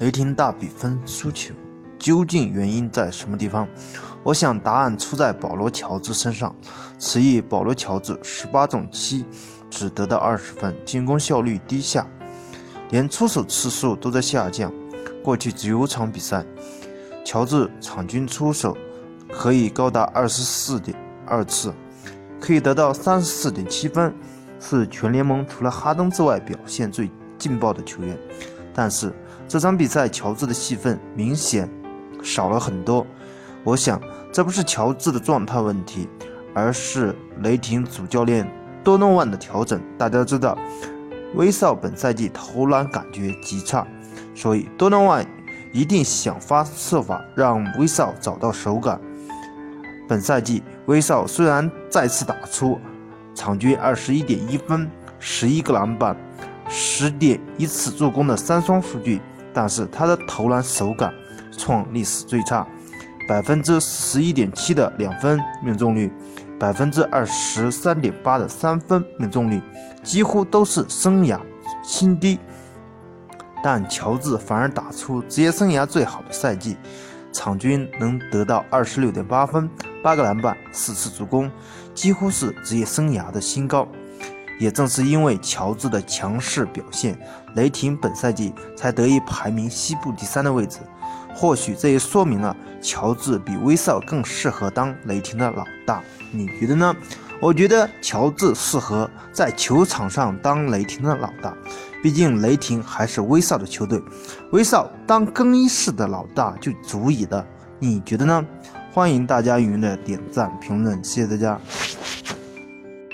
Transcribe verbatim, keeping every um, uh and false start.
雷霆大比分输球，究竟原因在什么地方？我想答案出在保罗·乔治身上。此役保罗·乔治十八中七，只得到二十分，进攻效率低下，连出手次数都在下降。过去九场比赛，乔治场均出手可以高达二十四点二次，可以得到 三十四点七分，是全联盟除了哈登之外表现最劲爆的球员。但是这场比赛乔治的戏份明显少了很多，我想这不是乔治的状态问题，而是雷霆主教练多诺万的调整。大家知道威少本赛季投篮感觉极差，所以多诺万一定想方设法让威少找到手感。本赛季威少虽然再次打出场均 二十一点一分、十一个篮板、十点一次助攻的三双数据，但是他的投篮手感创历史最差， 百分之十一点七 的两分命中率， 百分之二十三点八 的三分命中率，几乎都是生涯新低。但乔治反而打出职业生涯最好的赛季，场均能得到 二十六点八 分、八个篮板、四次助攻，几乎是职业生涯的新高。也正是因为乔治的强势表现，雷霆本赛季才得以排名西部第三的位置。或许这也说明了乔治比威少更适合当雷霆的老大，你觉得呢？我觉得乔治适合在球场上当雷霆的老大，毕竟雷霆还是威少的球队，威少当更衣室的老大就足以了，你觉得呢？欢迎大家踊跃的点赞评论，谢谢大家。